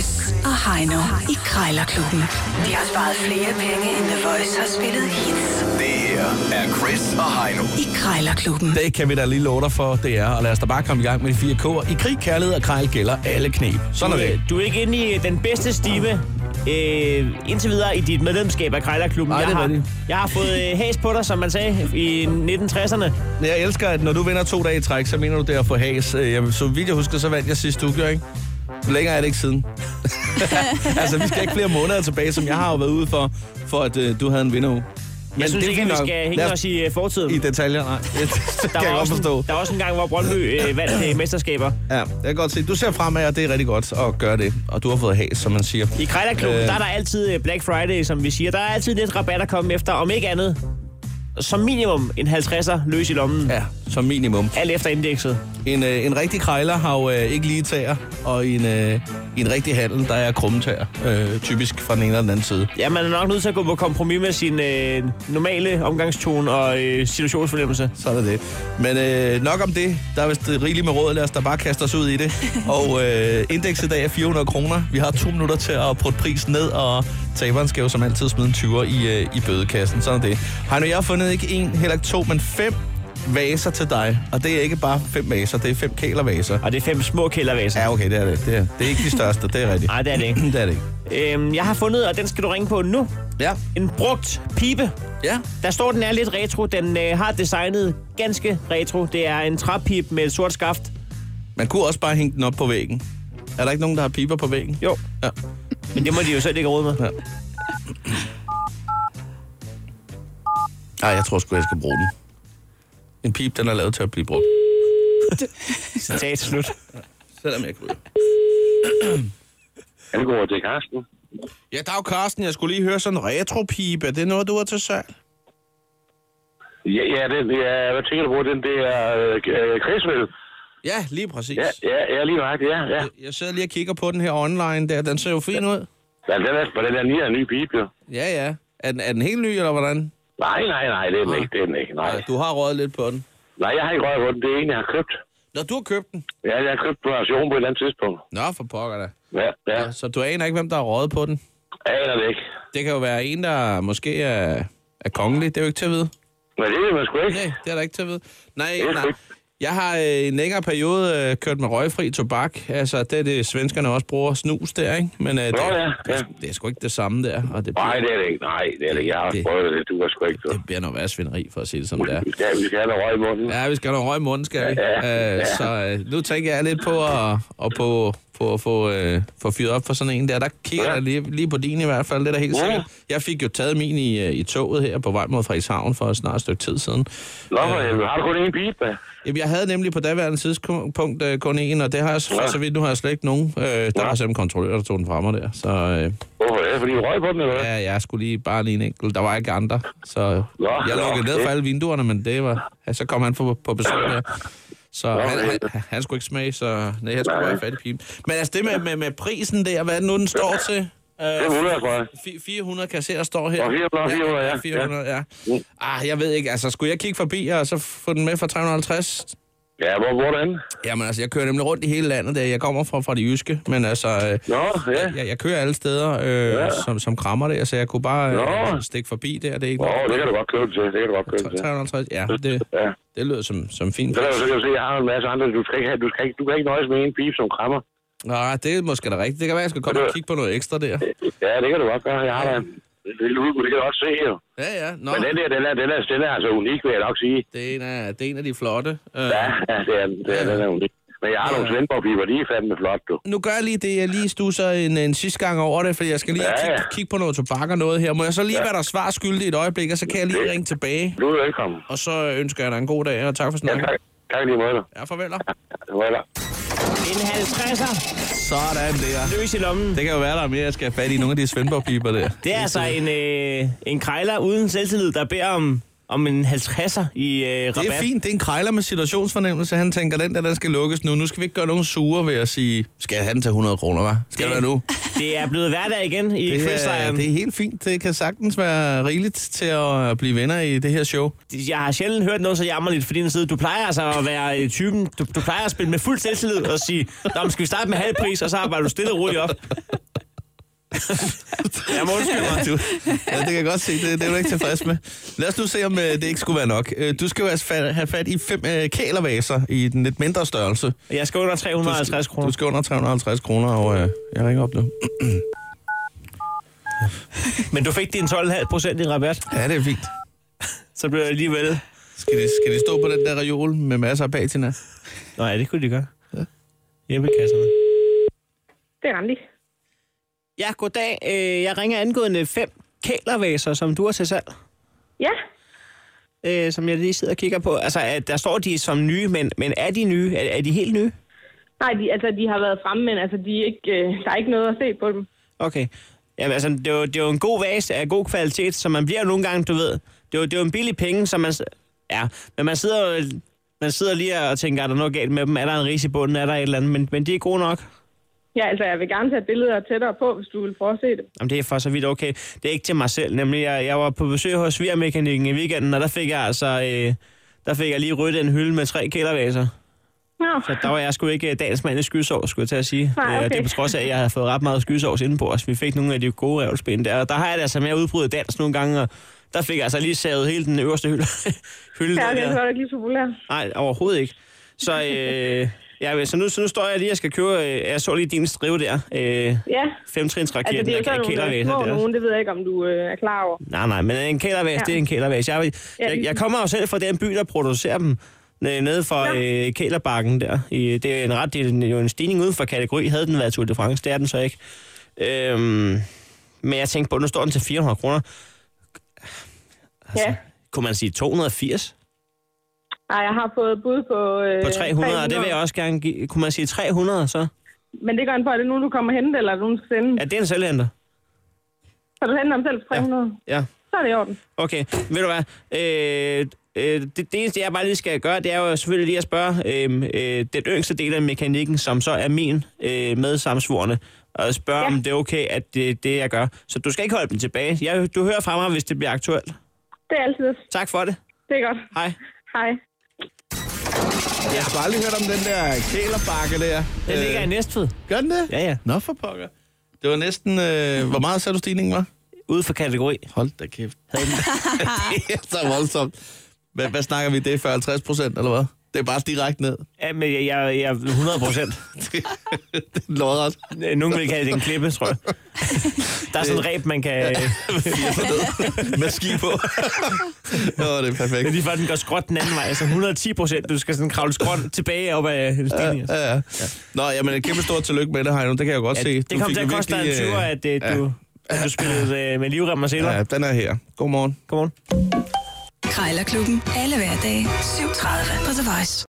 Chris og Heino i Krejlerklubben. De har sparet flere penge, end The Voice har spillet hits. Det her er Chris og Heino i Krejlerklubben. Det kan vi da lige love dig for, det er. Og lad os da bare komme i gang med de 4 K'er. I krig, kærlighed og krejl gælder alle knep. Sådan er det. Du er ikke inde i den bedste stime indtil videre i dit medlemskab af Krejlerklubben. Nej, jeg har fået has på dig, som man sagde, i 1960'erne. Jeg elsker, at når du vinder 2 dage i træk, så mener du det at få has. Så vidt jeg husker, så vandt jeg sidste uge, ikke? Længere er det ikke siden. Altså, vi skal ikke flere måneder tilbage, som jeg har jo været ude for at du havde en vinderuge. Men jeg synes ikke, at vi skal hænge os i fortiden. I detaljer, nej. Det kan jeg godt forstå. Der var også en gang, hvor Brøndby vandt mesterskaber. Ja, jeg kan godt se. Du ser fremad, og det er rigtig godt at gøre det. Og du har fået has, som man siger. I Krejlerklubben, der er der altid Black Friday, som vi siger. Der er altid lidt rabat at komme efter, om ikke andet. Som minimum en 50'er løs i lommen. Ja, som minimum. Alt efter indekset. En rigtig krejler har jo ikke lige tæer, og i en rigtig handel, der er krumme tæer, typisk fra den ene eller den anden side. Ja, man er nok nødt til at gå på kompromis med sin normale omgangstone og situationsfornemmelse. Så er det. Men nok om det. Der er vist rigeligt med råd. Lad os da bare kaste os ud i det. Og indekset i dag er 400 kroner. Vi har 2 minutter til at putte prisen ned, og taberen skal jo som altid smide en 20'er i bødekassen. Sådan er det. Heino, jeg har fundet ikke 1, heller ikke 2, men 5 vaser til dig. Og det er ikke bare 5 vaser, det er 5 kælervaser. Og det er 5 små kælervaser. Ja, okay, det er det. Det er ikke de største, det er rigtigt. Nej, det er det ikke. Det er det ikke. Jeg har fundet, og den skal du ringe på nu. Ja. En brugt pibe. Ja. Der står, den er lidt retro. Den har designet ganske retro. Det er en træpipe med et sort skaft. Man kunne også bare hænge den op på væggen. Er der ikke nogen, der har piber på væggen? Jo. Ja. Men det må de jo selv ikke råde med. Ja. Ej, jeg tror sgu, jeg skal bruge den. En pip, den er lavet til at blive brugt. Citat slut. Selvom jeg kunne. Halvgård, det er Karsten. Ja, dag Karsten. Jeg skulle lige høre sådan en retropipe. Er det noget, du har til salg? Ja, hvad tænker du på? Det er Krigsvel. Ja, lige præcis. Ja, lige nok, ja. Jeg sidder lige og kigger på den her online der. Den ser jo fin ud. Ja, den er ny pipe, jo. Ja. Er den helt ny, eller hvordan? Nej, det er den ikke. Nej. Du har røget lidt på den. Nej, jeg har ikke røget på den. Det er en, jeg har købt. Nå, du har købt den? Ja, jeg har købt på auktion på et eller andet tidspunkt. Nå, for pokker da. Ja. Så du aner ikke, hvem der har røget på den? Aner det ikke. Det kan jo være en, der måske er kongelig. Det er jo ikke til at vide. Men det er man sgu ikke. Nej, det er der ikke til at vide. Nej. Jeg har en længere periode kørt med røgfri tobak. Altså, det er det, svenskerne også bruger snus der, ikke? Men det er sgu ikke det samme der. Og det bliver, Nej, det er det ikke. Nej, det er det. Jeg har prøvet det. Du var sgu ikke. Det bliver noget værre svineri, for at sige det som det er. Vi skal have noget røg i munden. Ja, vi skal have noget røg i munden, skal vi. Ja. Så nu tænker jeg lidt på at få fyret op for sådan en der. Der kigger jeg lige på din i hvert fald. Det er da helt sikkert. Jeg fik jo taget min i toget her på vej mod Frederikshavn for snart et stykke tid siden. Nå, har du kun en pipe? Jamen, jeg havde nemlig på daværende tidspunkt kun en, og det har jeg så vidt nu har jeg slet ikke nogen. Der var simpelthen kontrollør, der tog den fra mig der. Så, hvorfor det? Fordi du røg på den, eller hvad? Ja, jeg skulle lige en enkelt. Der var ikke andre, så jeg lukkede ned for alle vinduerne, men det var... Så kom han på besøg der. Så han skulle ikke smage, så nej, jeg skulle bare have fat i pipen. Men altså det med prisen der, hvad er det nu, den står til? 400, tror jeg. 400 kan jeg se, der står her. 400, ja. 400, ja. Jeg ved ikke, altså skulle jeg kigge forbi og så få den med for 350? Ja, hvor er den? Jamen altså, jeg kører nemlig rundt i hele landet der. Jeg kommer fra de jyske, men altså... Jeg kører alle steder, som krammer det, så jeg kunne bare stikke forbi der. Det er ikke det kan du godt købe til. 350, ja. Det lyder som fint. Så kan du se, jeg har en masse andre. Du kan ikke nøjes med en pipe som krammer. Nej, det er måske da rigtigt. Det kan være, jeg skal komme og kigge på noget ekstra der. Ja, det kan du godt gøre. Jeg har da en lille udbud, det kan du også se jo. Ja. Nå. Men den er altså unik, vil jeg nok sige. Det er en af de flotte. Ja, den er unik. Men jeg har nogle Svendborg-piber, de er fandme flot, du. Nu gør jeg lige det, jeg lige stusser en sidste gang over det, fordi jeg skal lige kigge på noget tobak og noget her. Må jeg så lige være der svar skyldig et øjeblik, og så kan jeg lige ringe tilbage. Du er velkommen. Og så ønsker jeg dig en god dag, og tak for snakken. Ja, tak lige måde. Ja, farvel. Farvel. En 50'er. Sådan der. Løs i lommen. Det kan jo være, der er mere, jeg skal have fat i nogle af de Svendborg-piber der. Det er altså en krejler uden selvtillid, der beder om en 50'er i rabat. Det er fint. Det er en krejler med situationsfornemmelse. Han tænker, den skal lukkes nu. Nu skal vi ikke gøre nogen sure ved at sige, skal jeg have den til 100 kroner, hva'? Skal det være nu? Det er blevet hverdag igen i quizlejren. Det er helt fint. Det kan sagtens være rigeligt til at blive venner i det her show. Jeg har sjældent hørt noget så jammerligt fra din side. Du plejer altså at være typen, du plejer at spille med fuld selvtillid og sige, skal vi starte med halv pris, og så arbejder du stille og roligt op. Jeg må undskylde mig. Ja, det kan jeg godt se. Det er du ikke tilfreds med. Lad os nu se, om det ikke skulle være nok. Du skal jo have fat i 5 kælervaser i den lidt mindre størrelse. Jeg skal under 350 kroner. Du skal under 350 kroner, og jeg ringer op nu. Men du fik din 12,5% i rabat. Ja, det er fint. Så bliver det alligevel... Skal de stå på den der reol med masser af patina? Nej, det kunne de gøre. Ja. Hjemmekasserne. Det er Randi. Ja, goddag. Jeg ringer angående 5 kælervaser, som du har til salg. Ja. Som jeg lige sidder og kigger på. Altså, der står de som nye, men er de nye? Er de helt nye? Nej, de har været fremme, men altså, der er ikke noget at se på dem. Okay. Jamen, altså, det er jo en god vase af god kvalitet, så man bliver nogle gange, du ved... Det er jo en billig penge, som man... Ja, men man sidder lige og tænker, er der noget galt med dem? Er der en ris i bunden? Er der et eller andet? Men de er gode nok. Ja, altså, jeg vil gerne tage billeder tættere på, hvis du vil prøve at se det. Jamen, det er for så vidt okay. Det er ikke til mig selv. Nemlig, jeg var på besøg hos svigermekanikken i weekenden, og der fik jeg lige ryddet en hylde med 3 kælervaser. Ja. Så der var jeg sgu ikke dagens mand i skysovs, skulle jeg til at sige. Nej, okay. Det er på trods af, at jeg havde fået ret meget skysovs inde på os. Vi fik nogle af de gode revlspinde der. Og der har jeg det altså med at udbryde dans nogle gange, og der fik jeg altså lige savet hele den øverste hylde. Ja, det var ikke lige populær. Nej, overhovedet ikke. Så nu står jeg lige og skal købe... jeg så lige din strive der. Ja. 5-trins-raketten altså, det er jo sådan nogle små, det ved jeg ikke, om du er klar over. Nej, men en kælervæs, det er en kælervæs. Jeg kommer jo selv fra den by, der producerer dem. Nede for Kælerbakken der. Det er jo en stigning uden for kategori. Havde den været Tour de France, det er den så ikke. Men jeg tænkte på, nu står den til 400 kroner. Altså, kunne man sige 280? Nej, jeg har fået bud på... På 300, og det vil jeg også gerne give. Kunne man sige 300 så? Men det gør en på, er det nu, du kommer hen, eller er det nogen, du skal sende? Ja, det er en selvhenter. Så du henter dem selv for 300? Ja. Så er det i orden. Okay, ved du hvad? Det eneste, jeg bare lige skal gøre, det er jo selvfølgelig lige at spørge den yngste del af mekanikken, som så er min medsamsvorne, og spørge, om det er okay, at det er det, jeg gør. Så du skal ikke holde dem tilbage. Du hører fra mig, hvis det bliver aktuelt. Det er altid. Tak for det. Det er godt. Hej. Hej. Jeg har aldrig hørt om den der kælerbakke der. Den ligger i Næstved. Gør den det? Ja. Nå, for pokker. Det var næsten... hvor meget sagde du stigningen var? Ude for kategori. Hold da kæft. Det er så voldsomt. Hvad snakker vi? Det er 40-50%, eller hvad? Det er bare direkte ned. Ja, men jeg er 100%. Det er lodret. Nogen vil kalde det en klippe, tror jeg. Der er sådan en ræb, man kan... med ski på. Det er perfekt. Lige før den går skråt den anden vej, altså 110%. Du skal sådan kravle skråt tilbage op af stigningen. Ja. Nå, jamen et kæmpe stort tillykke med det, Heino. Det kan jeg godt se. Det kommer til at koste dig en 20'er, at du spillede med livrem og seler. Ja, den er her. Godmorgen. Godmorgen. Krejlerklubben. Alle hverdage. 7:30 på The Voice.